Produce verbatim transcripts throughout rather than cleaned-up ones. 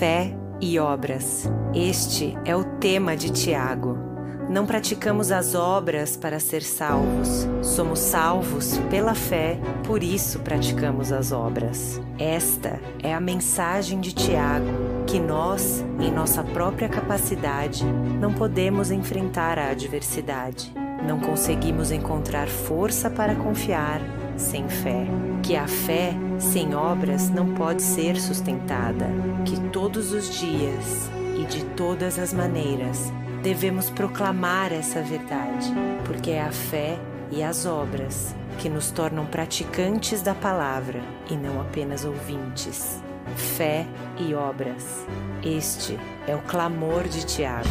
Fé e obras. Este é o tema de Tiago. Não praticamos as obras para ser salvos. Somos salvos pela fé, por isso praticamos as obras. Esta é a mensagem de Tiago, que nós, em nossa própria capacidade, não podemos enfrentar a adversidade. Não conseguimos encontrar força para confiar sem fé. Que a fé sem obras não pode ser sustentada. Que todos os dias e de todas as maneiras devemos proclamar essa verdade, porque é a fé e as obras que nos tornam praticantes da palavra e não apenas ouvintes. Fé e obras. Este é o clamor de Tiago.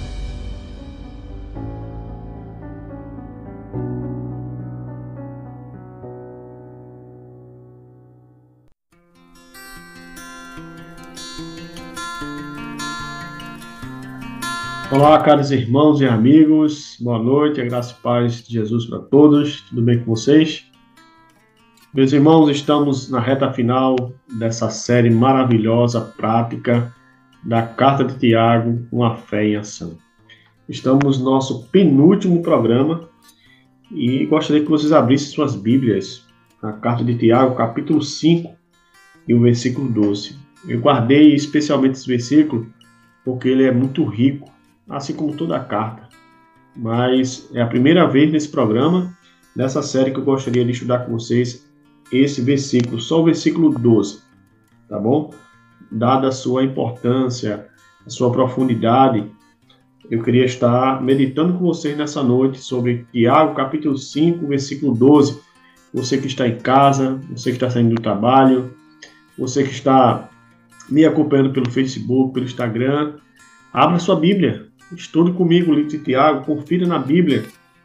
Olá, caros irmãos e amigos, boa noite, a graça e paz de Jesus para todos, tudo bem com vocês? Meus irmãos, estamos na reta final dessa série maravilhosa, prática, da Carta de Tiago, Uma Fé em Ação. Estamos no nosso penúltimo programa e gostaria que vocês abrissem suas Bíblias, na Carta de Tiago, capítulo cinco e o versículo doze. Eu guardei especialmente esse versículo porque ele é muito rico, assim como toda a carta. Mas é a primeira vez nesse programa, nessa série, que eu gostaria de estudar com vocês esse versículo, só o versículo doze, tá bom? Dada a sua importância, a sua profundidade, eu queria estar meditando com vocês nessa noite sobre Tiago, capítulo cinco, versículo doze. Você que está em casa, você que está saindo do trabalho, você que está me acompanhando pelo Facebook, pelo Instagram, abra sua Bíblia. Estude comigo o livro de Tiago, confira na Bíblia.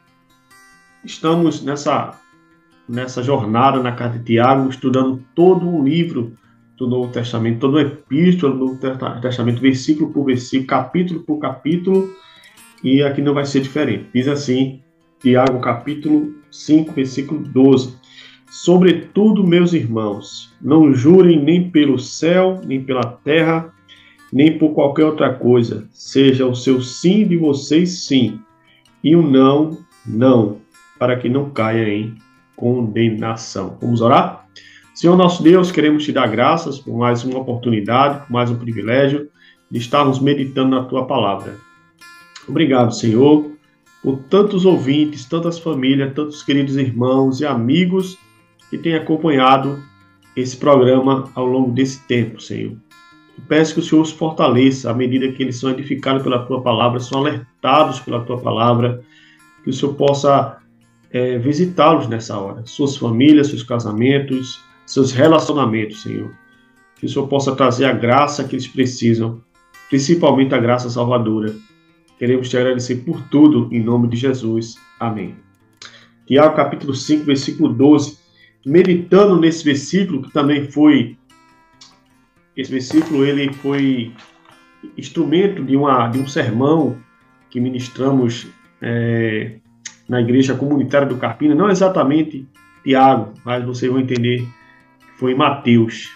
Estamos nessa, nessa jornada na carta de Tiago, estudando todo o livro do Novo Testamento, todo o epístola do Novo Testamento, versículo por versículo, capítulo por capítulo, e aqui não vai ser diferente. Diz assim, Tiago capítulo cinco, versículo doze. Sobretudo, meus irmãos, não jurem nem pelo céu, nem pela terra, nem por qualquer outra coisa, seja o seu sim de vocês sim, e o não, não, para que não caia em condenação. Vamos orar? Senhor nosso Deus, queremos te dar graças por mais uma oportunidade, por mais um privilégio de estarmos meditando na tua palavra. Obrigado, Senhor, por tantos ouvintes, tantas famílias, tantos queridos irmãos e amigos que têm acompanhado esse programa ao longo desse tempo, Senhor. Eu peço que o Senhor os fortaleça à medida que eles são edificados pela Tua Palavra, são alertados pela Tua Palavra, que o Senhor possa é, visitá-los nessa hora, suas famílias, seus casamentos, seus relacionamentos, Senhor. Que o Senhor possa trazer a graça que eles precisam, principalmente a graça salvadora. Queremos te agradecer por tudo, em nome de Jesus. Amém. Tiago capítulo cinco, versículo doze. Meditando nesse versículo, que também foi... Esse versículo ele foi instrumento de, uma, de um sermão que ministramos é, na igreja comunitária do Carpina, não exatamente Tiago, mas vocês vão entender que foi em Mateus.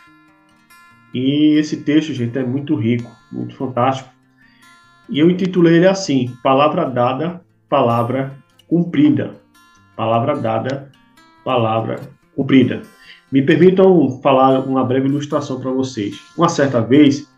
E esse texto, gente, é muito rico, muito fantástico. E eu intitulei ele assim, Palavra Dada, Palavra Cumprida. Palavra Dada, Palavra Cumprida. Me permitam falar uma breve ilustração para vocês. Uma certa vez,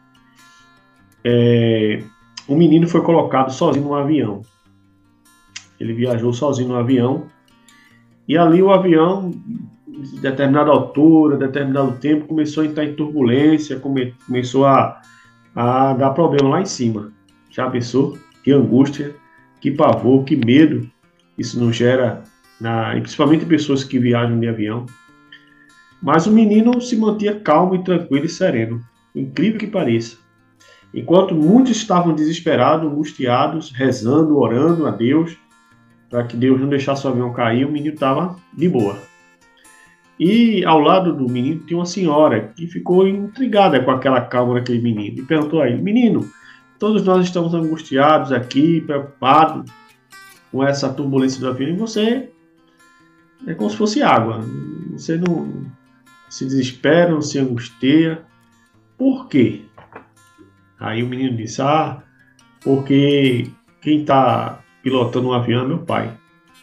é, um menino foi colocado sozinho no avião. Ele viajou sozinho no avião. E ali o avião, de determinada altura, determinado tempo, começou a entrar em turbulência, come, começou a, a dar problema lá em cima. Já pensou? Que angústia, que pavor, que medo isso nos gera, na, principalmente em pessoas que viajam de avião. Mas o menino se mantinha calmo e tranquilo e sereno, incrível que pareça. Enquanto muitos estavam desesperados, angustiados, rezando, orando a Deus, para que Deus não deixasse o avião cair, o menino estava de boa. E ao lado do menino tinha uma senhora que ficou intrigada com aquela calma daquele menino e perguntou a ele: menino, todos nós estamos angustiados aqui, preocupados com essa turbulência do avião, e você é como se fosse água, você não se desespera, não se angustia. Por quê? Aí o menino disse, ah, porque quem está pilotando um avião é meu pai.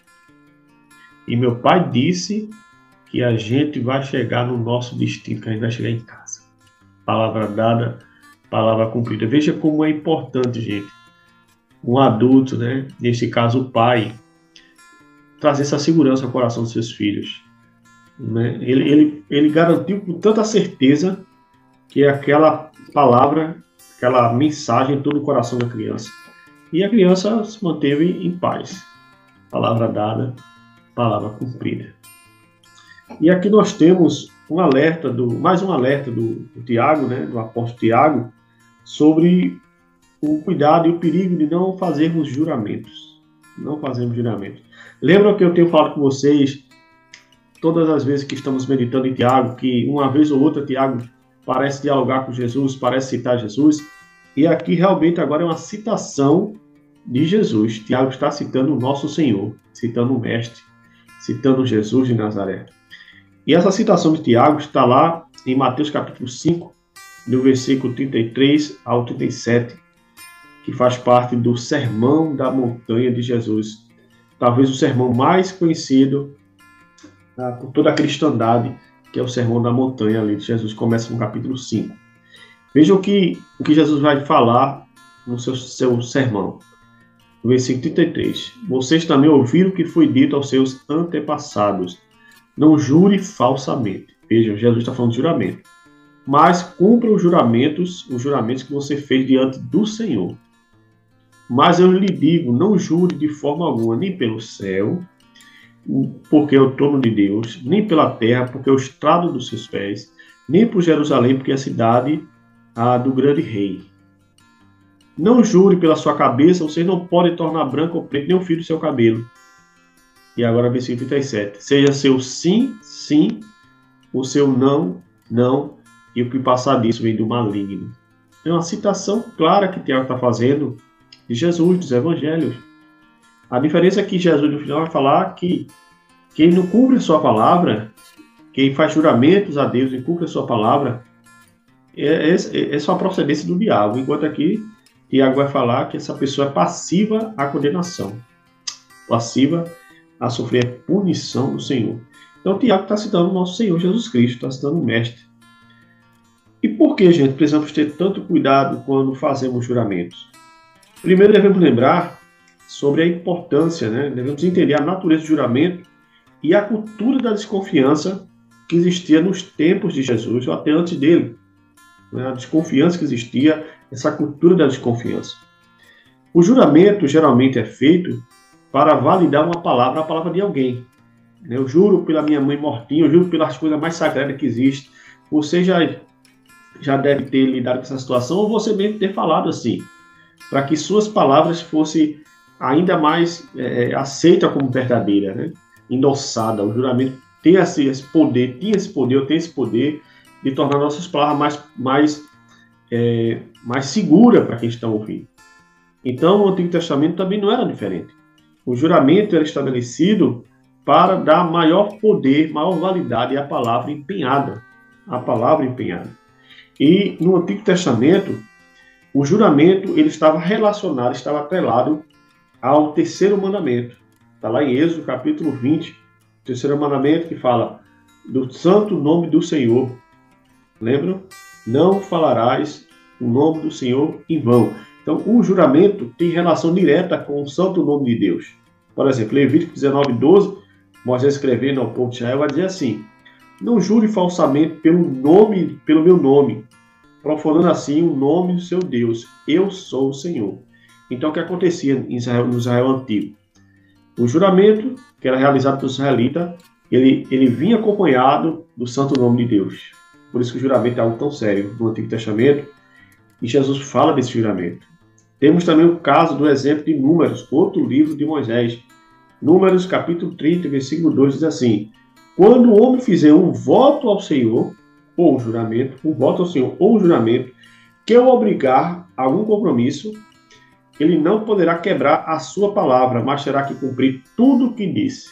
E meu pai disse que a gente vai chegar no nosso destino, que a gente vai chegar em casa. Palavra dada, palavra cumprida. Veja como é importante, gente, um adulto, né, nesse caso o pai, trazer essa segurança ao coração dos seus filhos. Né? Ele, ele, ele garantiu com tanta certeza que aquela palavra, aquela mensagem entrou no coração da criança. E a criança se manteve em paz. Palavra dada, palavra cumprida. E aqui nós temos um alerta, do, mais um alerta do, do Tiago, né, do apóstolo Tiago, sobre o cuidado e o perigo de não fazermos juramentos. Não fazermos juramentos. Lembram que eu tenho falado com vocês, todas as vezes que estamos meditando em Tiago, que uma vez ou outra Tiago parece dialogar com Jesus, parece citar Jesus, e aqui realmente agora é uma citação de Jesus. Tiago está citando o nosso Senhor, citando o Mestre, citando Jesus de Nazaré. E essa citação de Tiago está lá em Mateus capítulo cinco, do versículo trinta e três ao trinta e sete, que faz parte do Sermão da Montanha de Jesus. Talvez o sermão mais conhecido ah, por toda a cristandade, que é o Sermão da Montanha ali de Jesus, começa no capítulo cinco. Vejam o que, o que Jesus vai falar no seu, seu sermão. No versículo trinta e três. Vocês também ouviram o que foi dito aos seus antepassados. Não jure falsamente. Vejam, Jesus está falando de juramento. Mas cumpra os juramentos, os juramentos que você fez diante do Senhor. Mas eu lhe digo, não jure de forma alguma, nem pelo céu, porque é o trono de Deus, nem pela terra, porque é o estrado dos seus pés, nem por Jerusalém, porque é a cidade a, do grande rei. Não jure pela sua cabeça, você não pode tornar branco ou preto nem o fio do seu cabelo. E agora, versículo trinta e sete. Seja seu sim, sim, o seu não, não, e o que passar disso vem do maligno. É uma citação clara que Tiago está fazendo de Jesus, dos evangelhos. A diferença é que Jesus, no final, vai falar que quem não cumpre a sua palavra, quem faz juramentos a Deus e cumpre a sua palavra, é, é, é só a procedência do diabo. Enquanto aqui, Tiago vai falar que essa pessoa é passiva à condenação, passiva a sofrer a punição do Senhor. Então, Tiago está citando o nosso Senhor Jesus Cristo, está citando o Mestre. E por que, gente, precisamos ter tanto cuidado quando fazemos juramentos? Primeiro, devemos lembrar sobre a importância, né? Devemos entender a natureza do juramento e a cultura da desconfiança que existia nos tempos de Jesus, ou até antes dele. Né? A desconfiança que existia, essa cultura da desconfiança. O juramento geralmente é feito para validar uma palavra, a palavra de alguém. Eu juro pela minha mãe mortinha, eu juro pelas coisas mais sagradas que existem. Você já, já deve ter lidado com essa situação, ou você mesmo ter falado assim, para que suas palavras fossem ainda mais é, aceitas como verdadeira, né? Endossada. O juramento tem esse, esse poder, tinha esse poder, ou tem esse poder de tornar nossas palavras mais, mais, é, mais seguras para quem está ouvindo. Então, o Antigo Testamento também não era diferente. O juramento era estabelecido para dar maior poder, maior validade à palavra empenhada. A palavra empenhada. E no Antigo Testamento, o juramento ele estava relacionado, estava atrelado ao terceiro mandamento. Está lá em Êxodo, capítulo vinte, o terceiro mandamento que fala do santo nome do Senhor. Lembram? Não falarás o nome do Senhor em vão. Então, o juramento tem relação direta com o santo nome de Deus. Por exemplo, Levítico dezenove, doze, Moisés escrevendo ao povo de Israel, vai dizer assim: não jure falsamente pelo nome, pelo meu nome, profanando assim o nome do seu Deus. Eu sou o Senhor. Então, o que acontecia em Israel, no Israel antigo? O juramento, que era realizado pelo israelita, ele, ele vinha acompanhado do santo nome de Deus. Por isso que o juramento é algo tão sério no Antigo Testamento. E Jesus fala desse juramento. Temos também o caso do exemplo de Números, outro livro de Moisés. Números, capítulo trinta, versículo dois, diz assim: quando o homem fizer um voto ao Senhor, ou um juramento, um voto ao Senhor, ou um juramento, que o obrigar a algum compromisso, ele não poderá quebrar a sua palavra, mas terá que cumprir tudo o que disse.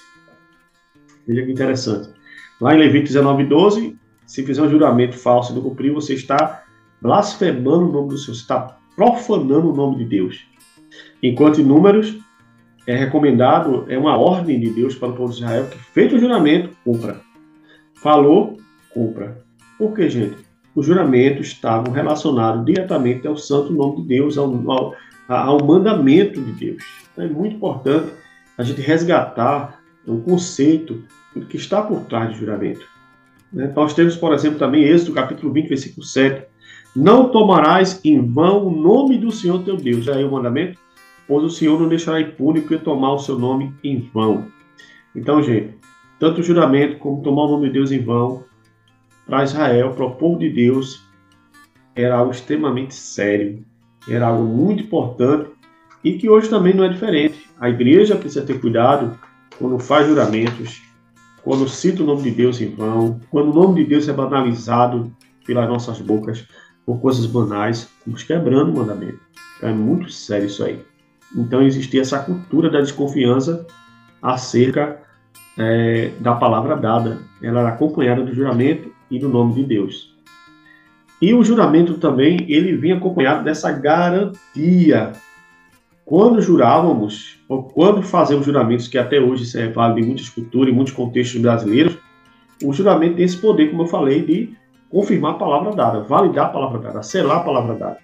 Veja que interessante. Lá em Levítico dezenove, doze, se fizer um juramento falso e não cumprir, você está blasfemando o nome do Senhor, você está profanando o nome de Deus. Enquanto em Números é recomendado, é uma ordem de Deus para o povo de Israel que, feito o juramento, cumpra. Falou, cumpra. Por que, gente? Os juramentos estavam relacionados diretamente ao santo nome de Deus, ao, ao, ao mandamento de Deus. Então é muito importante a gente resgatar o conceito que está por trás do juramento. Né? Nós temos, por exemplo, também Êxodo, capítulo vinte, versículo sete. Não tomarás em vão o nome do Senhor teu Deus. Já é o mandamento? Pois o Senhor não deixará impune que tomar o seu nome em vão. Então, gente, tanto o juramento como tomar o nome de Deus em vão, para Israel, para o povo de Deus, era algo extremamente sério, era algo muito importante e que hoje também não é diferente. A igreja precisa ter cuidado quando faz juramentos, quando cita o nome de Deus em vão, quando o nome de Deus é banalizado pelas nossas bocas por coisas banais, estamos quebrando o mandamento. Então é muito sério isso aí. Então existia essa cultura da desconfiança acerca é, da palavra dada. Ela era acompanhada do juramento e do nome de Deus. E o juramento também, ele vinha acompanhado dessa garantia. Quando jurávamos, ou quando fazemos juramentos, que até hoje isso é válido em muitas culturas, em muitos contextos brasileiros, o juramento tem esse poder, como eu falei, de confirmar a palavra dada, validar a palavra dada, selar a palavra dada.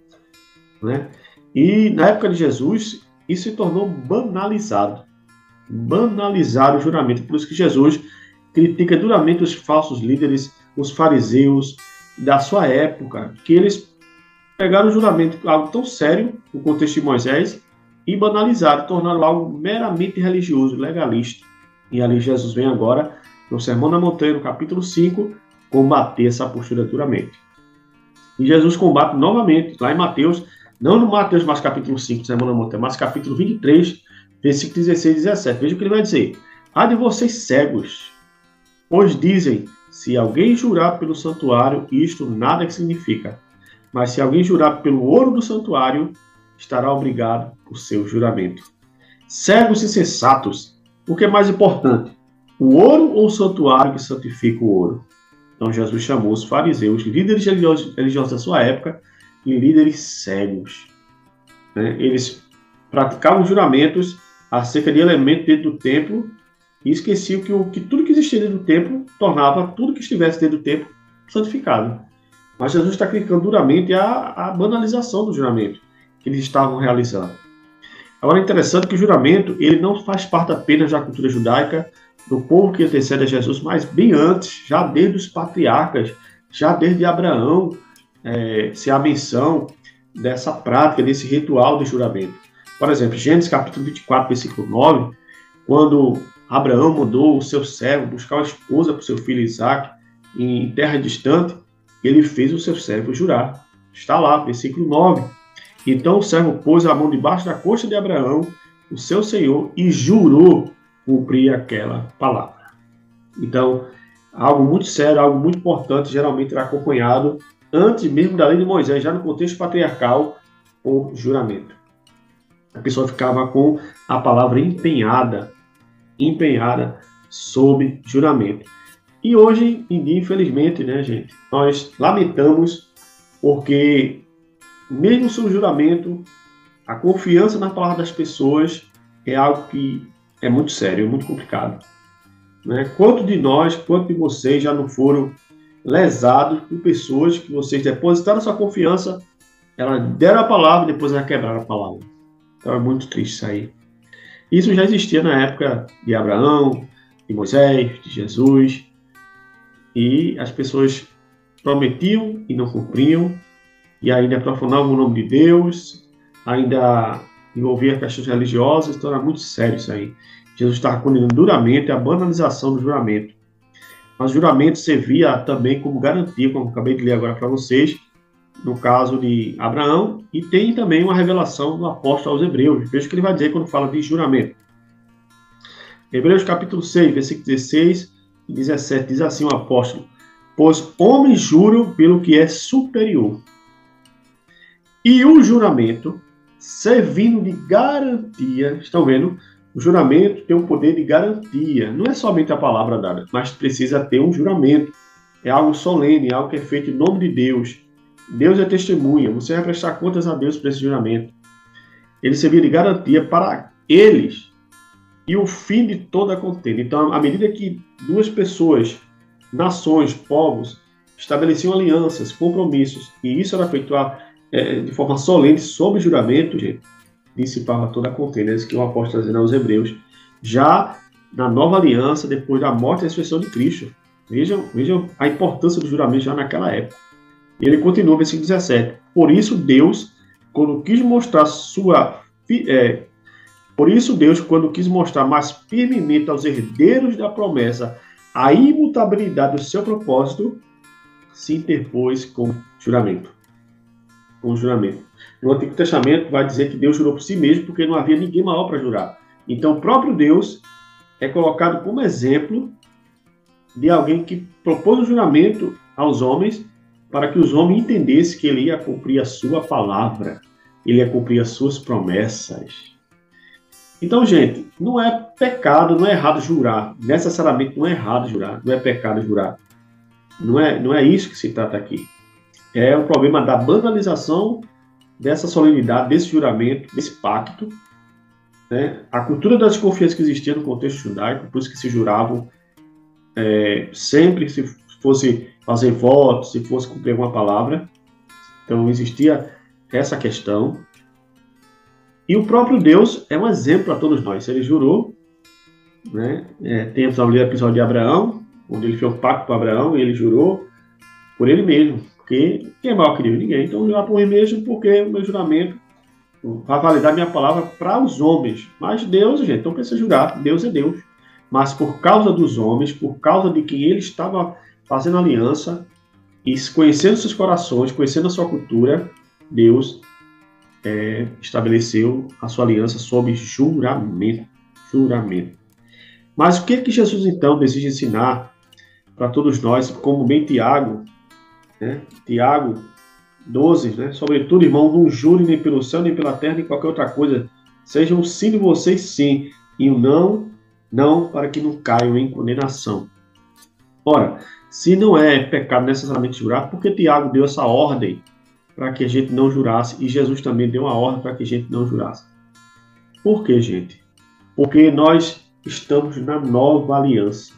Né? E na época de Jesus, isso se tornou banalizado. Banalizar o juramento. Por isso que Jesus critica duramente os falsos líderes, os fariseus da sua época, que eles pegaram o juramento, algo tão sério, no contexto de Moisés, e banalizaram, tornaram algo meramente religioso, legalista. E ali Jesus vem agora, no Sermão da Montanha, no capítulo cinco, combater essa postura duramente. E Jesus combate novamente, lá em Mateus, não no Mateus, mas capítulo cinco, Sermão da Montanha, mas capítulo vinte e três, versículo dezesseis e dezessete. Veja o que ele vai dizer. Há de vocês cegos, pois dizem, se alguém jurar pelo santuário, isto nada que significa. Mas se alguém jurar pelo ouro do santuário, estará obrigado por seu juramento. Cegos e sensatos, o que é mais importante? O ouro ou o santuário que santifica o ouro? Então Jesus chamou os fariseus, líderes religiosos, religiosos da sua época, e líderes cegos. Né? Eles praticavam juramentos acerca de elementos dentro do templo e esqueciam que, o, que tudo que existia dentro do templo tornava tudo que estivesse dentro do templo santificado. Mas Jesus está criticando duramente a, a banalização do juramento que eles estavam realizando. Agora é interessante que o juramento ele não faz parte apenas da cultura judaica, do povo que antecede a Jesus, mas bem antes, já desde os patriarcas, já desde Abraão, é, se há menção dessa prática, desse ritual de juramento. Por exemplo, Gênesis capítulo vinte e quatro, versículo nove, quando Abraão mandou o seu servo buscar uma esposa para o seu filho Isaque em terra distante, ele fez o seu servo jurar. Está lá, versículo nove. Então o servo pôs a mão debaixo da coxa de Abraão, o seu senhor, e jurou cumprir aquela palavra. Então, algo muito sério, algo muito importante, geralmente era acompanhado, antes mesmo da lei de Moisés, já no contexto patriarcal, por juramento. A pessoa ficava com a palavra empenhada, empenhada sob juramento. E hoje em dia, infelizmente, né, gente, nós lamentamos porque, mesmo sob juramento, a confiança na palavra das pessoas é algo que é muito sério, é muito complicado. Né? Quanto de nós, quanto de vocês já não foram lesados por pessoas que vocês depositaram sua confiança, elas deram a palavra e depois elas quebraram a palavra. Então é muito triste isso aí. Isso já existia na época de Abraão, de Moisés, de Jesus. E as pessoas prometiam e não cumpriam, e ainda profanavam o nome de Deus, ainda envolvia questões religiosas, então era muito sério isso aí. Jesus estava condenando duramente a banalização do juramento. Mas o juramento servia também como garantia, como eu acabei de ler agora para vocês, no caso de Abraão, e tem também uma revelação do apóstolo aos Hebreus. Veja o que ele vai dizer quando fala de juramento. Hebreus capítulo seis, versículo dezesseis e dezessete, diz assim o apóstolo: pois homens juram pelo que é superior. E o juramento, servindo de garantia, estão vendo? O juramento tem um poder de garantia. Não é somente a palavra dada, mas precisa ter um juramento. É algo solene, algo que é feito em nome de Deus. Deus é testemunha, você vai prestar contas a Deus por esse juramento. Ele servia de garantia para eles e o fim de toda a contenda. Então, à medida que duas pessoas, nações, povos, estabeleciam alianças, compromissos, e isso era feito é, de forma solene, sob juramento, gente, dissipava toda a contenda. É isso que o apóstolo está dizendo aos Hebreus. Já na nova aliança, depois da morte e ressurreição de Cristo. Vejam, vejam a importância do juramento já naquela época. E ele continua, versículo dezessete. Por isso, Deus, quando quis mostrar sua... É, por isso, Deus, quando quis mostrar mais firmemente aos herdeiros da promessa a imutabilidade do seu propósito, se interpôs com juramento. Com juramento. No Antigo Testamento vai dizer que Deus jurou por si mesmo porque não havia ninguém maior para jurar. Então, o próprio Deus é colocado como exemplo de alguém que propôs o juramento aos homens para que os homens entendessem que ele ia cumprir a sua palavra, ele ia cumprir as suas promessas. Então, gente, não é pecado, não é errado jurar. Necessariamente não é errado jurar, não é pecado jurar. Não é, não é isso que se trata aqui. É o problema da banalização dessa solenidade, desse juramento, desse pacto. Né? A cultura da desconfiança que existia no contexto judaico, por isso que se juravam é, sempre que se fosse fazer votos, se fosse cumprir alguma palavra. Então existia essa questão. E o próprio Deus é um exemplo para todos nós. Ele jurou, né? É, temos ali o episódio de Abraão, onde ele fez um pacto com Abraão e ele jurou por ele mesmo. Porque quem é maior que Deus? Ninguém. Então, jurar por mim mesmo, porque o meu juramento vai validar minha palavra para os homens. Mas Deus, gente, não precisa jurar. Deus é Deus. Mas por causa dos homens, por causa de que ele estava fazendo aliança e conhecendo seus corações, conhecendo a sua cultura, Deus é, estabeleceu a sua aliança sob juramento. Juramento. Mas o que é que Jesus, então, deseja ensinar para todos nós, como bem Tiago, né? Tiago doze, né? Sobretudo, irmão, não jure nem pelo céu, nem pela terra, nem qualquer outra coisa. Sejam sim de vocês, sim, e o não, não, para que não caiam em condenação. Ora, se não é pecado necessariamente jurar, por que Tiago deu essa ordem para que a gente não jurasse, e Jesus também deu uma ordem para que a gente não jurasse? Por quê, gente? Porque nós estamos na nova aliança.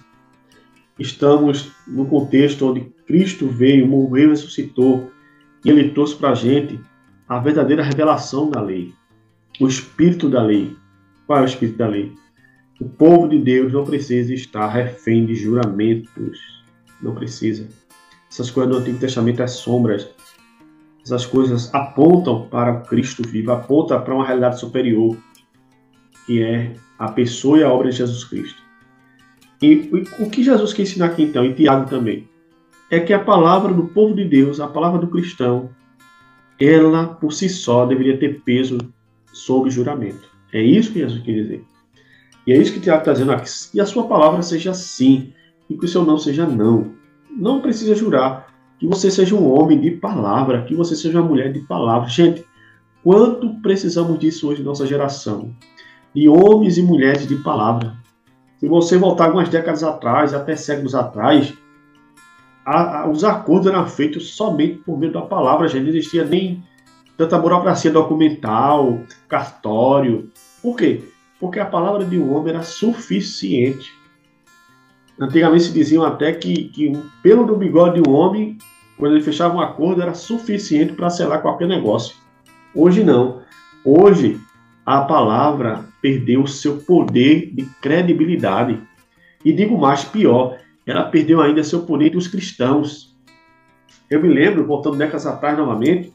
Estamos no contexto onde Cristo veio, morreu e ressuscitou, e Ele trouxe para a gente a verdadeira revelação da lei, o espírito da lei. Qual é o espírito da lei? O povo de Deus não precisa estar refém de juramentos. Não precisa. Essas coisas do Antigo Testamento, as sombras, essas coisas apontam para o Cristo vivo, apontam para uma realidade superior, que é a pessoa e a obra de Jesus Cristo. E o que Jesus quer ensinar aqui então, e Tiago também, é que a palavra do povo de Deus, a palavra do cristão, ela por si só deveria ter peso sob juramento. É isso que Jesus quer dizer. E é isso que Tiago está dizendo aqui. E a sua palavra seja sim, e que o seu não seja não. Não precisa jurar. Que você seja um homem de palavra, que você seja uma mulher de palavra. Gente, quanto precisamos disso hoje em nossa geração? De homens e mulheres de palavra. Se você voltar algumas décadas atrás, até séculos atrás, a, a, os acordos eram feitos somente por meio da palavra. Já não existia nem tanta burocracia documental, cartório. Por quê? Porque a palavra de um homem era suficiente. Antigamente se diziam até que, que o pelo do bigode de um homem, quando ele fechava um acordo, era suficiente para selar qualquer negócio. Hoje não. Hoje a palavra perdeu o seu poder de credibilidade. E digo mais, pior, ela perdeu ainda seu poder entre os cristãos. Eu me lembro, voltando décadas atrás novamente,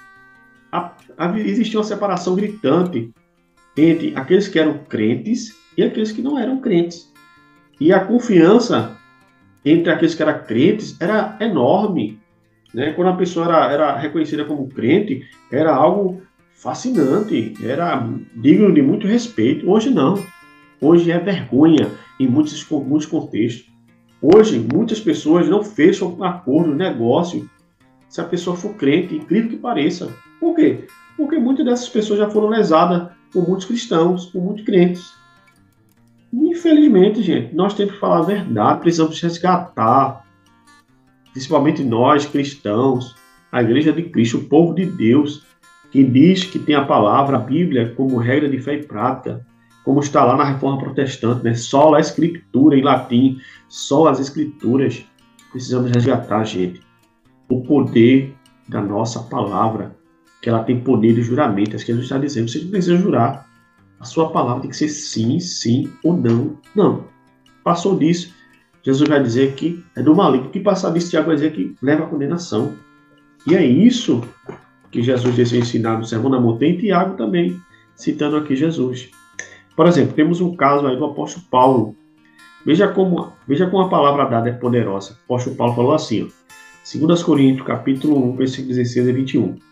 a, a, existia uma separação gritante entre aqueles que eram crentes e aqueles que não eram crentes. E a confiança entre aqueles que eram crentes era enorme. Né? Quando a pessoa era, era reconhecida como crente, era algo fascinante, era digno de muito respeito. Hoje não. Hoje é vergonha em muitos, muitos contextos. Hoje, muitas pessoas não fecham um acordo, um negócio, se a pessoa for crente, incrível que pareça. Por quê? Porque muitas dessas pessoas já foram lesadas por muitos cristãos, por muitos crentes. Infelizmente, gente, nós temos que falar a verdade, precisamos resgatar, principalmente nós, cristãos, A igreja de Cristo, o povo de Deus, que diz que tem a palavra, a Bíblia, como regra de fé e prática, como está lá na Reforma Protestante, né? Só a Escritura em latim, só as Escrituras. Precisamos resgatar, gente, o poder da nossa palavra, que ela tem poder de juramento. É isso que Jesus está dizendo. Vocês não precisam jurar. A sua palavra tem que ser sim, sim ou não. Não. Passou disso, Jesus vai dizer que é do maligno. Que passar disso, Tiago vai dizer que leva à condenação. E é isso que Jesus desejou ensinar no Sermão da Montanha, e Tiago também, citando aqui Jesus. Por exemplo, temos um caso aí do apóstolo Paulo. Veja como, veja como a palavra dada é poderosa. O apóstolo Paulo falou assim, ó, dois Coríntios, capítulo um, versículos dezesseis a vinte e um.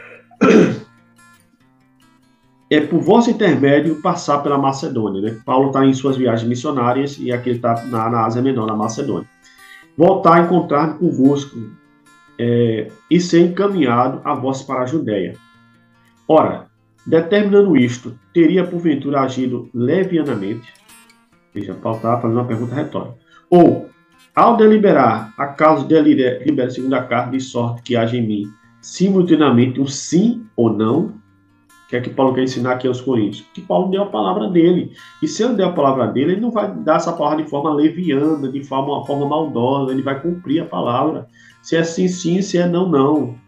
É por vosso intermédio passar pela Macedônia. Né? Paulo está em suas viagens missionárias e aqui ele está na, na Ásia Menor, na Macedônia. Voltar a encontrar convosco é, e ser encaminhado a vós para a Judéia. Ora, determinando isto, teria porventura agido levianamente? Veja, Paulo está fazendo uma pergunta retórica. Ou, ao deliberar, acaso delibera segundo a carne, de sorte que haja em mim simultaneamente um sim ou não? O que é que Paulo quer ensinar aqui aos Coríntios? Que Paulo deu a palavra dele. E se ele der a palavra dele, ele não vai dar essa palavra de forma leviana, de forma, forma maldosa. Ele vai cumprir a palavra. Se é sim, sim, se é não, não.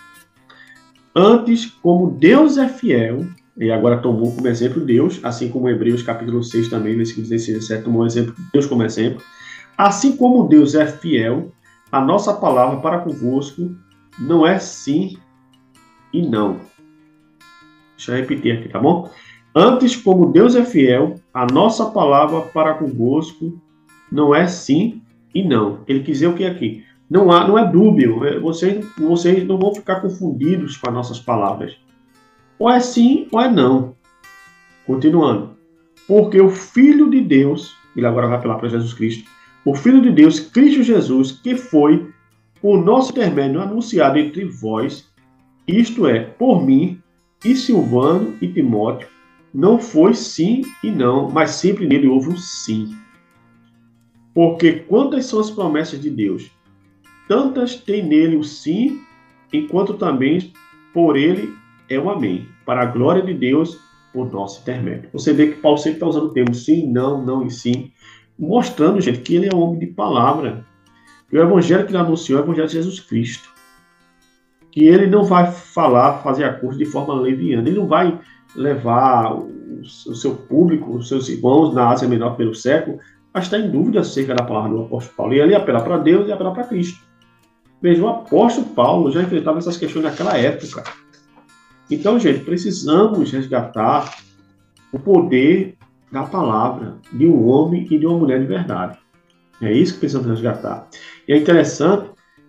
Antes, como Deus é fiel, e agora tomou como exemplo Deus, assim como Hebreus capítulo seis também, versículo dezesseis a dezessete, tomou o exemplo de Deus como exemplo. Assim como Deus é fiel, a nossa palavra para convosco não é sim e não. Deixa eu repetir aqui, tá bom? Antes, como Deus é fiel, a nossa palavra para convosco não é sim e não. Ele quis dizer o que aqui? Não, há, não é dúbio. Vocês, vocês não vão ficar confundidos com as nossas palavras. Ou é sim ou é não. Continuando. Porque o Filho de Deus, ele agora vai apelar para Jesus Cristo, o Filho de Deus, Cristo Jesus, que foi por nosso intermédio anunciado entre vós, isto é, por mim, e Silvano e Timóteo, não foi sim e não, mas sempre nele houve um sim. Porque quantas são as promessas de Deus? Tantas tem nele o sim, enquanto também por ele é o amém, para a glória de Deus, por nosso intermédio. Você vê que Paulo sempre está usando o termo sim, não, não e sim, mostrando, gente, que ele é um homem de palavra. E o evangelho que ele anunciou é o evangelho de Jesus Cristo. Que ele não vai falar, fazer a coisa de forma leviana. Ele não vai levar o, o seu público, os seus irmãos na Ásia Menor pelo século, a estar em dúvida acerca da palavra do apóstolo Paulo. E ele ia apelar para Deus e apelar para Cristo. Veja, o apóstolo Paulo já enfrentava essas questões naquela época. Então, gente, precisamos resgatar o poder da palavra de um homem e de uma mulher de verdade. É isso que precisamos resgatar. E é interessante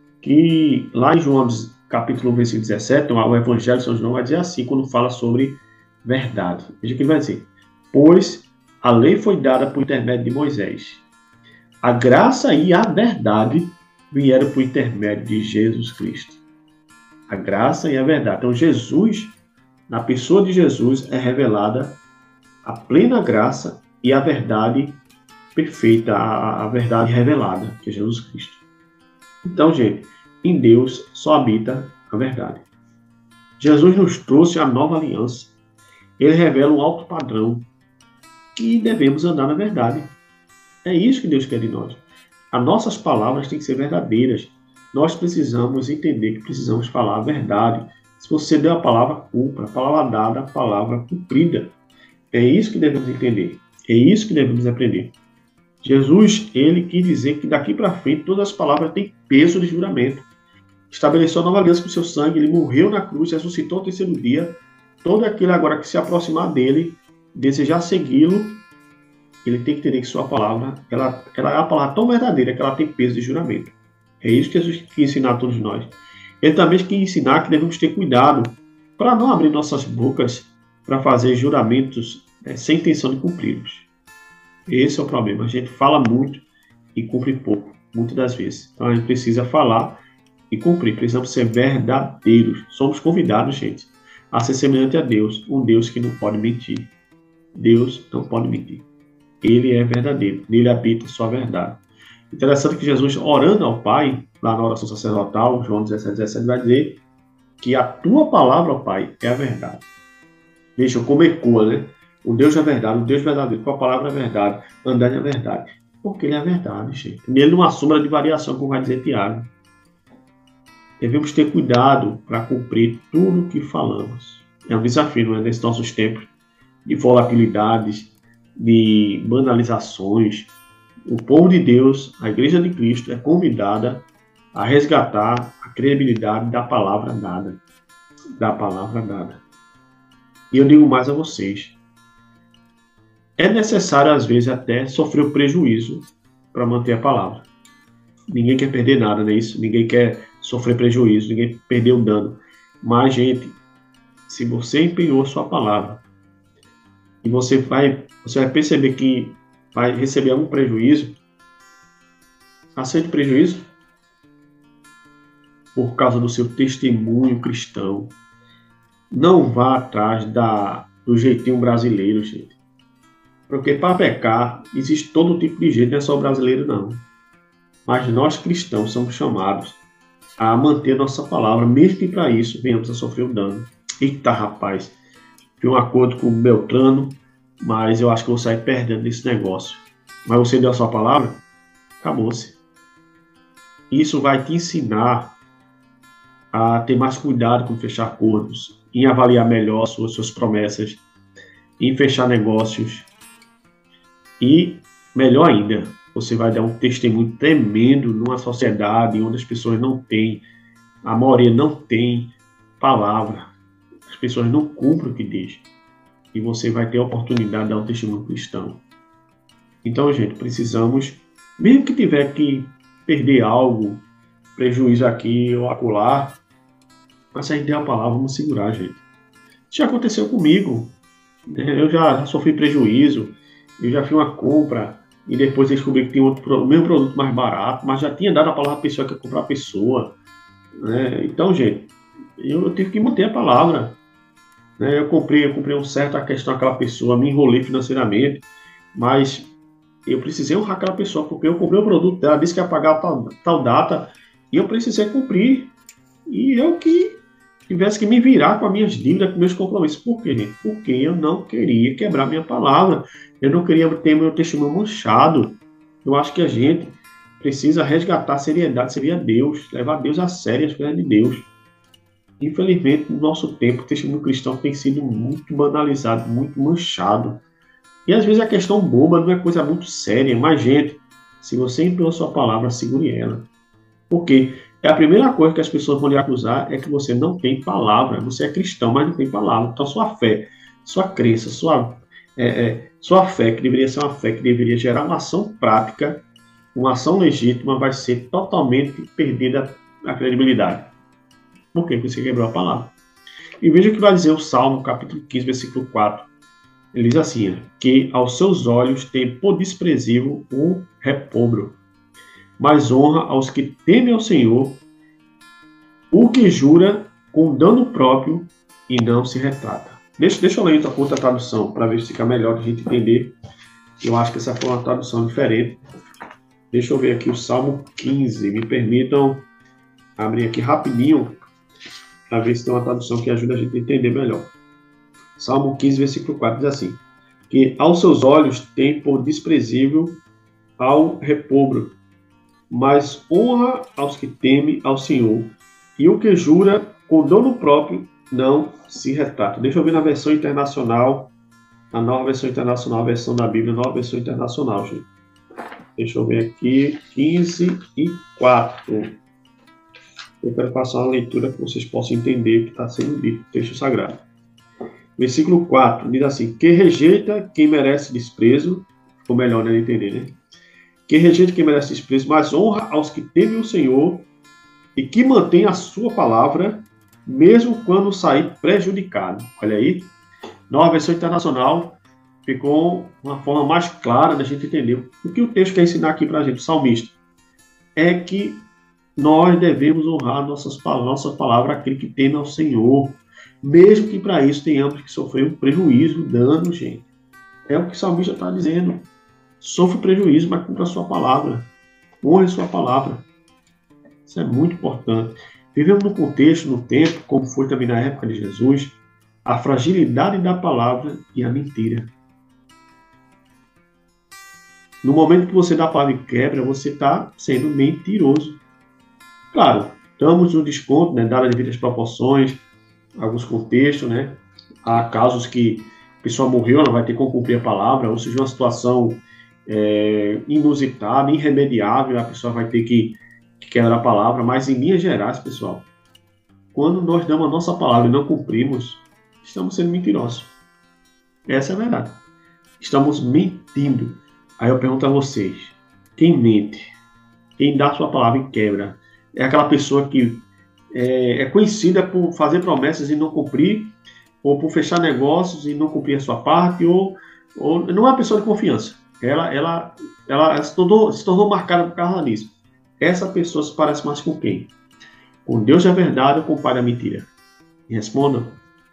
que lá em João capítulo um, versículo dezessete, o Evangelho de São João vai dizer assim, quando fala sobre verdade. Veja o que ele vai dizer. Pois a lei foi dada por intermédio de Moisés. A graça e a verdade vieram por intermédio de Jesus Cristo. A graça e a verdade. Então, Jesus, na pessoa de Jesus, é revelada a plena graça e a verdade perfeita, a, a verdade revelada, que é Jesus Cristo. Então, gente, em Deus só habita a verdade. Jesus nos trouxe a nova aliança. Ele revela um alto padrão que devemos andar na verdade. É isso que Deus quer de nós. As nossas palavras têm que ser verdadeiras. Nós precisamos entender que precisamos falar a verdade. Se você deu a palavra, cumpra. A palavra dada, a palavra cumprida. É isso que devemos entender. É isso que devemos aprender. Jesus, ele quis dizer que daqui para frente todas as palavras têm peso de juramento. Estabeleceu a nova aliança com o seu sangue, ele morreu na cruz, ressuscitou no terceiro dia. Todo aquele agora que se aproximar dele, desejar segui-lo, ele tem que entender que sua palavra, ela, ela é uma palavra tão verdadeira que ela tem peso de juramento. É isso que Jesus quis ensinar a todos nós. Ele também quis ensinar que devemos ter cuidado para não abrir nossas bocas para fazer juramentos né, sem intenção de cumpri-los. Esse é o problema. A gente fala muito e cumpre pouco, muitas das vezes. Então a gente precisa falar e cumprir. Precisamos ser verdadeiros. Somos convidados, gente, a ser semelhante a Deus, um Deus que não pode mentir. Deus não pode mentir. Ele é verdadeiro. Nele habita só a verdade. Interessante que Jesus, orando ao Pai, lá na oração sacerdotal, João dezessete, dezessete, vai dizer que a tua palavra, ó Pai, é a verdade. Veja como ecoa, né? O Deus é verdade, o Deus verdadeiro, tua palavra é verdade, andar é verdade. Porque ele é a verdade, gente. Nele não há sombra de variação, como vai dizer Tiago. Devemos ter cuidado para cumprir tudo o que falamos. É um desafio, não é? Nesses nossos tempos de volatilidades, de banalizações. O povo de Deus, a Igreja de Cristo, é convidada a resgatar a credibilidade da palavra dada. Da palavra dada. E eu digo mais a vocês. É necessário, às vezes, até sofrer o prejuízo para manter a palavra. Ninguém quer perder nada, não é isso? Ninguém quer sofrer prejuízo, ninguém perder o dano. Mas, gente, se você empenhou sua palavra e você vai, você vai perceber que vai receber algum prejuízo, aceite o prejuízo por causa do seu testemunho cristão. Não vá atrás da, do jeitinho brasileiro, gente. Porque para pecar existe todo tipo de jeito, não é só o brasileiro, não. Mas nós cristãos somos chamados a manter nossa palavra, mesmo que para isso venhamos a sofrer um dano. Eita, rapaz, fiz um acordo com o Beltrano, mas eu acho que eu vou sair perdendo nesse negócio. Mas você deu a sua palavra? Acabou-se. Isso vai te ensinar a ter mais cuidado com fechar acordos, em avaliar melhor suas, suas promessas, em fechar negócios. E, melhor ainda, você vai dar um testemunho tremendo numa sociedade onde as pessoas não têm, a maioria não tem palavra. As pessoas não cumprem o que diz. E você vai ter a oportunidade de dar um testemunho cristão. Então, gente, precisamos, mesmo que tiver que perder algo, prejuízo aqui ou acolá, mas se a gente der a palavra, vamos segurar, gente. Isso já aconteceu comigo. Eu já, já sofri prejuízo. Eu já fiz uma compra e depois descobri que tinha outro, o mesmo produto mais barato, mas já tinha dado a palavra à pessoa que ia comprar a pessoa. Né? Então, gente, eu, eu tive que manter a palavra. Né? Eu comprei, eu comprei um certo a questão daquela pessoa, me enrolei financeiramente, mas eu precisei honrar aquela pessoa, porque eu comprei o produto dela, disse que ia pagar tal, tal data, e eu precisei cumprir. E eu que tivesse que me virar com as minhas dívidas, com meus compromissos. Por quê, gente? Porque eu não queria quebrar minha palavra. Eu não queria ter meu testemunho manchado. Eu acho que a gente precisa resgatar a seriedade, seria Deus, levar Deus a sério, as coisas de Deus. Infelizmente, no nosso tempo, o testemunho cristão tem sido muito banalizado, muito manchado. E às vezes a questão boba não é coisa muito séria, mas, gente, se você empenhou sua palavra, segure ela. Por quê? É a primeira coisa que as pessoas vão lhe acusar é que você não tem palavra. Você é cristão, mas não tem palavra. Então, sua fé, sua crença, sua, é, é, sua fé, que deveria ser uma fé que deveria gerar uma ação prática, uma ação legítima, vai ser totalmente perdida a credibilidade. Por quê? Porque você quebrou a palavra. E veja o que vai dizer o Salmo, capítulo quinze, versículo quatro. Ele diz assim, que aos seus olhos tem por desprezível o repobro, mas honra aos que temem ao Senhor, o que jura com dano próprio e não se retrata. Deixa, deixa eu ler outra, outra tradução, para ver se fica melhor a gente entender. Eu acho que essa foi uma tradução diferente. Deixa eu ver aqui o Salmo quinze. Me permitam abrir aqui rapidinho, para ver se tem uma tradução que ajuda a gente a entender melhor. Salmo quinze, versículo quatro, diz assim, que aos seus olhos tem por desprezível ao repobro, mas honra aos que temem ao Senhor, e o que jura com dano próprio não se retrata. Deixa eu ver na versão internacional, a nova versão internacional, a versão da Bíblia, a nova versão internacional, gente. Deixa eu ver aqui, quinze e quatro. Eu quero passar uma leitura que vocês possam entender o que está sendo dito no texto sagrado. Versículo quatro, diz assim, que rejeita quem merece desprezo, ficou melhor, né, entender, né? Que rejeita quem merece desprezo, mas honra aos que temem o Senhor e que mantém a sua palavra, mesmo quando sair prejudicado. Olha aí, nova versão internacional, ficou uma forma mais clara da gente entender. O que o texto quer ensinar aqui para a gente, o salmista, é que nós devemos honrar nossas, nossas palavras àquele que teme ao Senhor, mesmo que para isso tenhamos que sofrer um prejuízo, dano, gente. É o que o salmista está dizendo. Sofre prejuízo, mas cumpra a sua palavra. honre sua palavra. Isso é muito importante. Vivemos no contexto, no tempo, como foi também na época de Jesus, a fragilidade da palavra e a mentira. No momento que você dá a palavra e quebra, você está sendo mentiroso. Claro, damos um desconto, né, dadas as devidas proporções, alguns contextos, né? Há casos que a pessoa morreu, ela vai ter como cumprir a palavra, ou seja, uma situação é, inusitada, irremediável, a pessoa vai ter que, que quebrar a palavra, mas em linhas gerais, pessoal, quando nós damos a nossa palavra e não cumprimos, estamos sendo mentirosos. Essa é a verdade. Estamos mentindo. Aí eu pergunto a vocês, quem mente? Quem dá a sua palavra e quebra? É aquela pessoa que é, é conhecida por fazer promessas e não cumprir, ou por fechar negócios e não cumprir a sua parte, ou, ou não é uma pessoa de confiança. Ela, ela, ela se, tornou, se tornou marcada por causa disso. Essa pessoa se parece mais com quem? Com Deus da verdade ou com o pai da mentira? E respondam.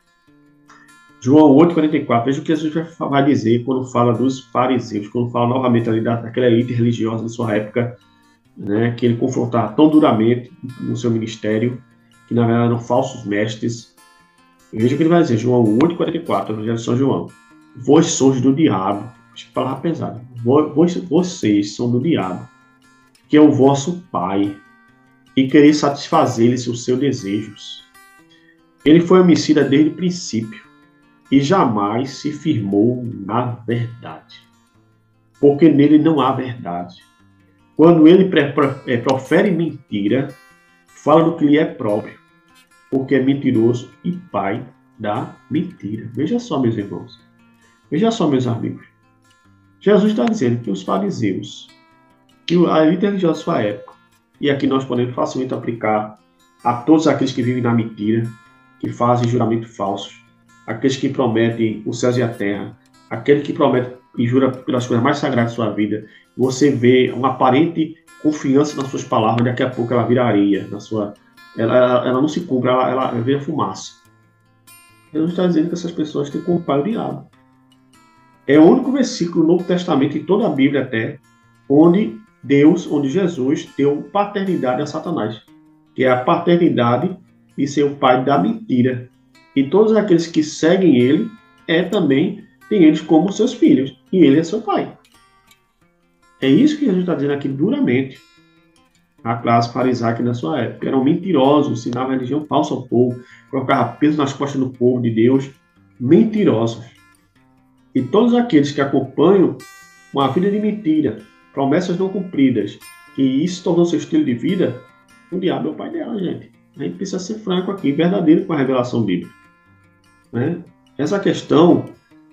João oito, quarenta e quatro. Veja o que Jesus vai dizer quando fala dos fariseus, quando fala novamente ali daquela elite religiosa de sua época, né, que ele confrontava tão duramente no seu ministério, que na verdade eram falsos mestres. Veja o que ele vai dizer, João oito, quarenta e quatro, Evangelho de São João. Vós sois do diabo, deixa eu falar pesado, vós, vocês são do diabo, que é o vosso pai, e quereis satisfazer-lhes os seus desejos. Ele foi homicida desde o princípio, e jamais se firmou na verdade, porque nele não há verdade. Quando ele profere mentira, fala do que lhe é próprio, porque é mentiroso e pai da mentira. Veja só, meus irmãos. Veja só, meus amigos. Jesus está dizendo que os fariseus, que a elite religiosa da sua época, e aqui nós podemos facilmente aplicar a todos aqueles que vivem na mentira, que fazem juramento falsos, aqueles que prometem os céus e a terra, aquele que promete e jura pelas coisas mais sagradas da sua vida, você vê uma aparente confiança nas suas palavras, daqui a pouco ela vira areia, na sua, ela, ela, ela não se cumpre, ela, ela vira fumaça. Jesus está dizendo que essas pessoas têm como pai o diabo. É o único versículo no Novo Testamento, em toda a Bíblia até, onde Deus, onde Jesus deu paternidade a Satanás, que é a paternidade de ser o pai da mentira. E todos aqueles que seguem ele, é também, tem eles como seus filhos, e ele é seu pai. É isso que Jesus está dizendo aqui duramente. A classe farisaica na sua época eram mentirosos, ensinavam a religião falsa ao povo, colocavam peso nas costas do povo de Deus, mentirosos. E todos aqueles que acompanham uma vida de mentira, promessas não cumpridas, que isso tornou seu estilo de vida, o diabo é o pai dela, gente. A gente precisa ser franco aqui, verdadeiro com a revelação bíblica. Né? Essa questão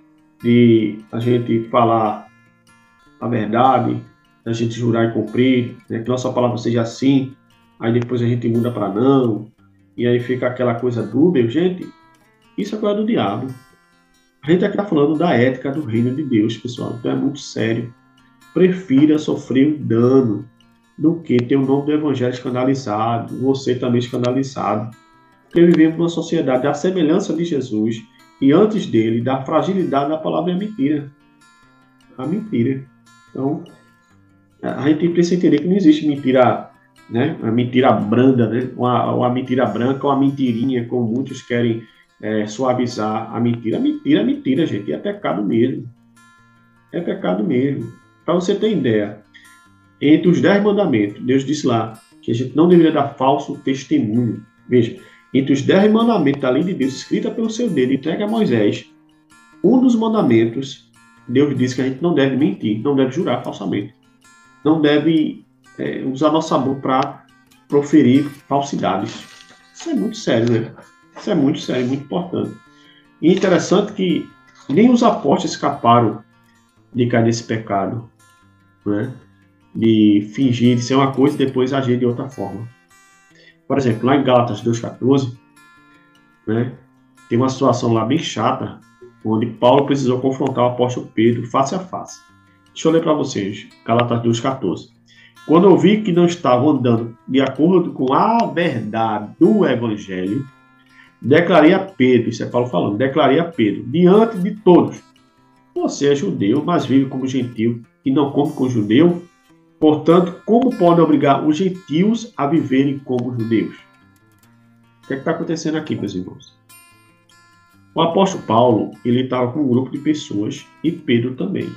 de a gente falar a verdade, a gente jurar e cumprir, né, que nossa palavra seja assim, aí depois a gente muda para não, e aí fica aquela coisa dúbia, gente, isso é coisa do diabo. A gente aqui está falando da ética do reino de Deus, pessoal, então é muito sério. Prefira sofrer um dano do que ter o nome do evangelho escandalizado, você também escandalizado, porque vivemos numa sociedade da semelhança de Jesus, e antes dele, da fragilidade da palavra é mentira. A mentira. Então, a gente precisa entender que não existe mentira, né? Uma mentira branda, né? Uma, uma mentira branca ou uma mentirinha, como muitos querem é, suavizar a mentira. A mentira é mentira, gente. É pecado mesmo. É pecado mesmo. Para você ter ideia, entre os dez mandamentos, Deus disse lá que a gente não deveria dar falso testemunho. Veja, entre os dez mandamentos da lei de Deus, escrita pelo seu dedo, entregue a Moisés, um dos mandamentos, Deus disse que a gente não deve mentir, não deve jurar falsamente. Não deve é, usar nossa boca para proferir falsidades. Isso é muito sério, né? Isso é muito sério, muito importante. E interessante que nem os apóstolos escaparam de cair nesse pecado, né? De fingir de ser uma coisa e depois agir de outra forma. Por exemplo, lá em Gálatas dois, quatorze, né, tem uma situação lá bem chata, onde Paulo precisou confrontar o apóstolo Pedro face a face. Deixa eu ler para vocês, Gálatas dois, quatorze. Quando eu vi que não estavam andando de acordo com a verdade do Evangelho, declarei a Pedro, isso é Paulo falando, declarei a Pedro, diante de todos, você é judeu, mas vive como gentil e não come com judeu? Portanto, como pode obrigar os gentios a viverem como judeus? O que é que está acontecendo aqui, meus irmãos? O apóstolo Paulo, ele estava com um grupo de pessoas e Pedro também.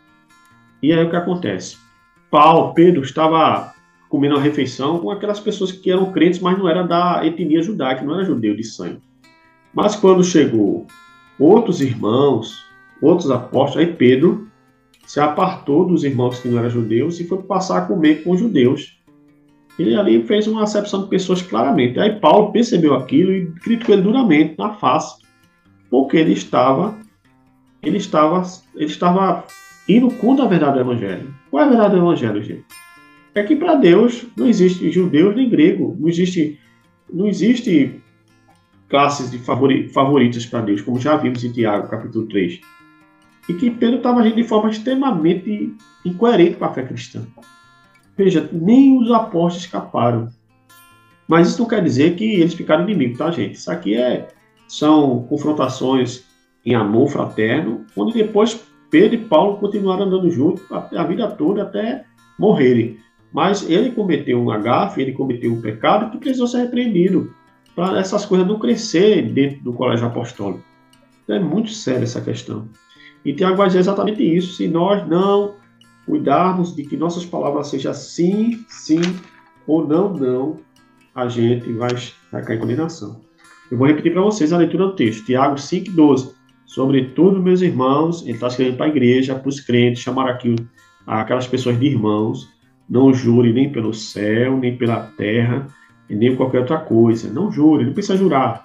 E aí o que acontece? Paulo, Pedro estava comendo uma refeição com aquelas pessoas que eram crentes, mas não eram da etnia judaica, não era judeu de sangue. Mas quando chegou outros irmãos, outros apóstolos, aí Pedro se apartou dos irmãos que não eram judeus e foi passar a comer com os judeus. Ele ali fez uma acepção de pessoas claramente. Aí Paulo percebeu aquilo e criticou ele duramente, na face, porque ele estava, ele estava, ele estava indo contra a verdade do Evangelho. Qual é a verdade do Evangelho, gente? É que para Deus não existe judeu nem grego, não existe, não existe classes de favori, favoritas para Deus, como já vimos em Tiago, capítulo três. E que Pedro estava agindo de forma extremamente incoerente com a fé cristã. Veja, nem os apóstolos escaparam. Mas isso não quer dizer que eles ficaram inimigos, tá, gente? Isso aqui é, são confrontações em amor fraterno, onde depois Pedro e Paulo continuaram andando juntos a, a vida toda até morrerem. Mas ele cometeu um agafe, ele cometeu um pecado que precisou ser repreendido, para essas coisas não crescerem dentro do colégio apostólico. Então é muito séria essa questão. E Tiago vai dizer exatamente isso. Se nós não cuidarmos de que nossas palavras sejam sim, sim ou não, não, a gente vai, vai cair em condenação. Eu vou repetir para vocês a leitura do texto. Tiago cinco, doze. Sobretudo, meus irmãos, ele está escrevendo para a igreja, para os crentes, chamar aqui aquelas pessoas de irmãos. Não jure nem pelo céu, nem pela terra, e nem qualquer outra coisa. Não jure, não precisa jurar.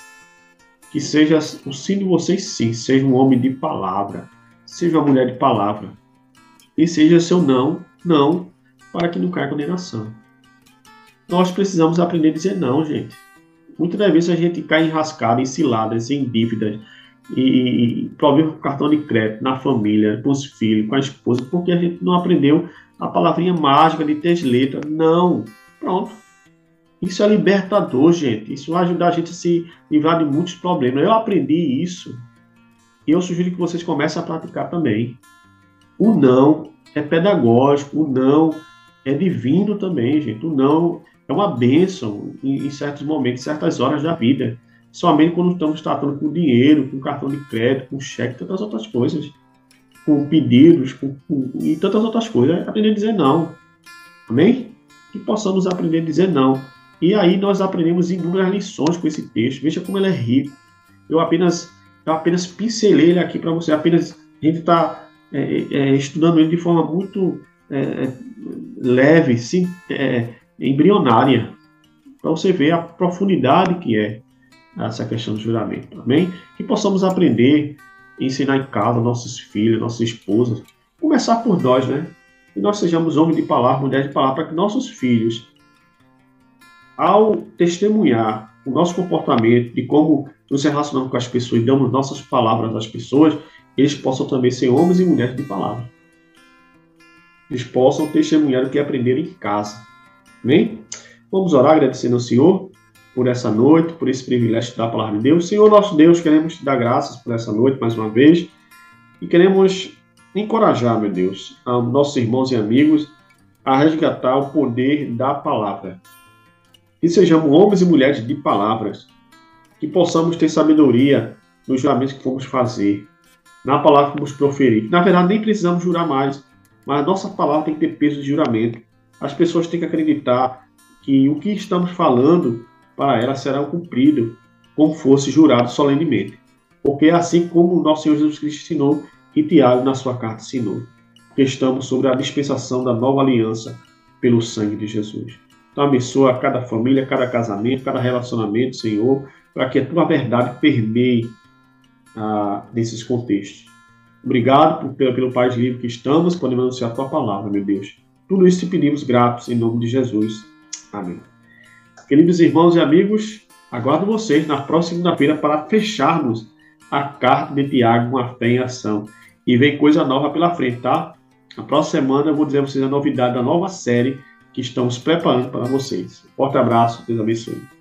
Que seja o sim de vocês, sim. Seja um homem de palavra. Seja uma mulher de palavra. E seja seu não, não, para que não caia condenação. Nós precisamos aprender a dizer não, gente. Muitas das vezes a gente cai enrascado, em ciladas, em dívidas, e, e problema com cartão de crédito, na família, com os filhos, com a esposa, porque a gente não aprendeu a palavrinha mágica de três letras. Não. Pronto. Isso é libertador, gente. Isso vai ajudar a gente a se livrar de muitos problemas. Eu aprendi isso e eu sugiro que vocês comecem a praticar também. O não é pedagógico, o não é divino também, gente. O não é uma bênção em, em certos momentos, em certas horas da vida. Somente quando estamos tratando com dinheiro, com cartão de crédito, com cheque, tantas outras coisas. Com pedidos com, com, e tantas outras coisas. É aprender a dizer não. Amém? Que possamos aprender a dizer não. E aí nós aprendemos inúmeras lições com esse texto. Veja como ele é rico. Eu apenas, eu apenas pincelei ele aqui para você. Apenas a gente está é, é, estudando ele de forma muito é, leve, sim, é, embrionária, para você ver a profundidade que é essa questão do juramento. Amém? Que possamos aprender, ensinar em casa, nossos filhos, nossas esposas. Começar por nós, né? Que nós sejamos homens de palavra, mulheres de palavra, para que nossos filhos, ao testemunhar o nosso comportamento, de como nos relacionamos com as pessoas e damos nossas palavras às pessoas, eles possam também ser homens e mulheres de palavra. Eles possam testemunhar o que aprenderam em casa. Amém? Vamos orar agradecendo ao Senhor por essa noite, por esse privilégio da palavra de Deus. Senhor nosso Deus, queremos te dar graças por essa noite mais uma vez e queremos encorajar, meu Deus, a nossos irmãos e amigos a resgatar o poder da palavra. Que sejamos homens e mulheres de palavras, que possamos ter sabedoria nos juramentos que vamos fazer, na palavra que vamos proferir. Na verdade, nem precisamos jurar mais, mas a nossa palavra tem que ter peso de juramento. As pessoas têm que acreditar que o que estamos falando para elas será cumprido, como fosse jurado solenemente. Porque é assim como o nosso Senhor Jesus Cristo ensinou e Tiago na sua carta ensinou. Que estamos sobre a dispensação da nova aliança pelo sangue de Jesus. Então abençoa cada família, cada casamento, cada relacionamento, Senhor, para que a tua verdade permeie ah, nesses contextos. Obrigado por, pelo, pelo Pai livre que estamos, podemos anunciar a tua palavra, meu Deus. Tudo isso te pedimos gratos em nome de Jesus. Amém. Queridos irmãos e amigos, aguardo vocês na próxima segunda-feira para fecharmos a carta de Tiago com a fé em ação. E vem coisa nova pela frente, tá? Na próxima semana eu vou dizer a vocês a novidade da nova série que estamos preparando para vocês. Forte abraço, Deus abençoe.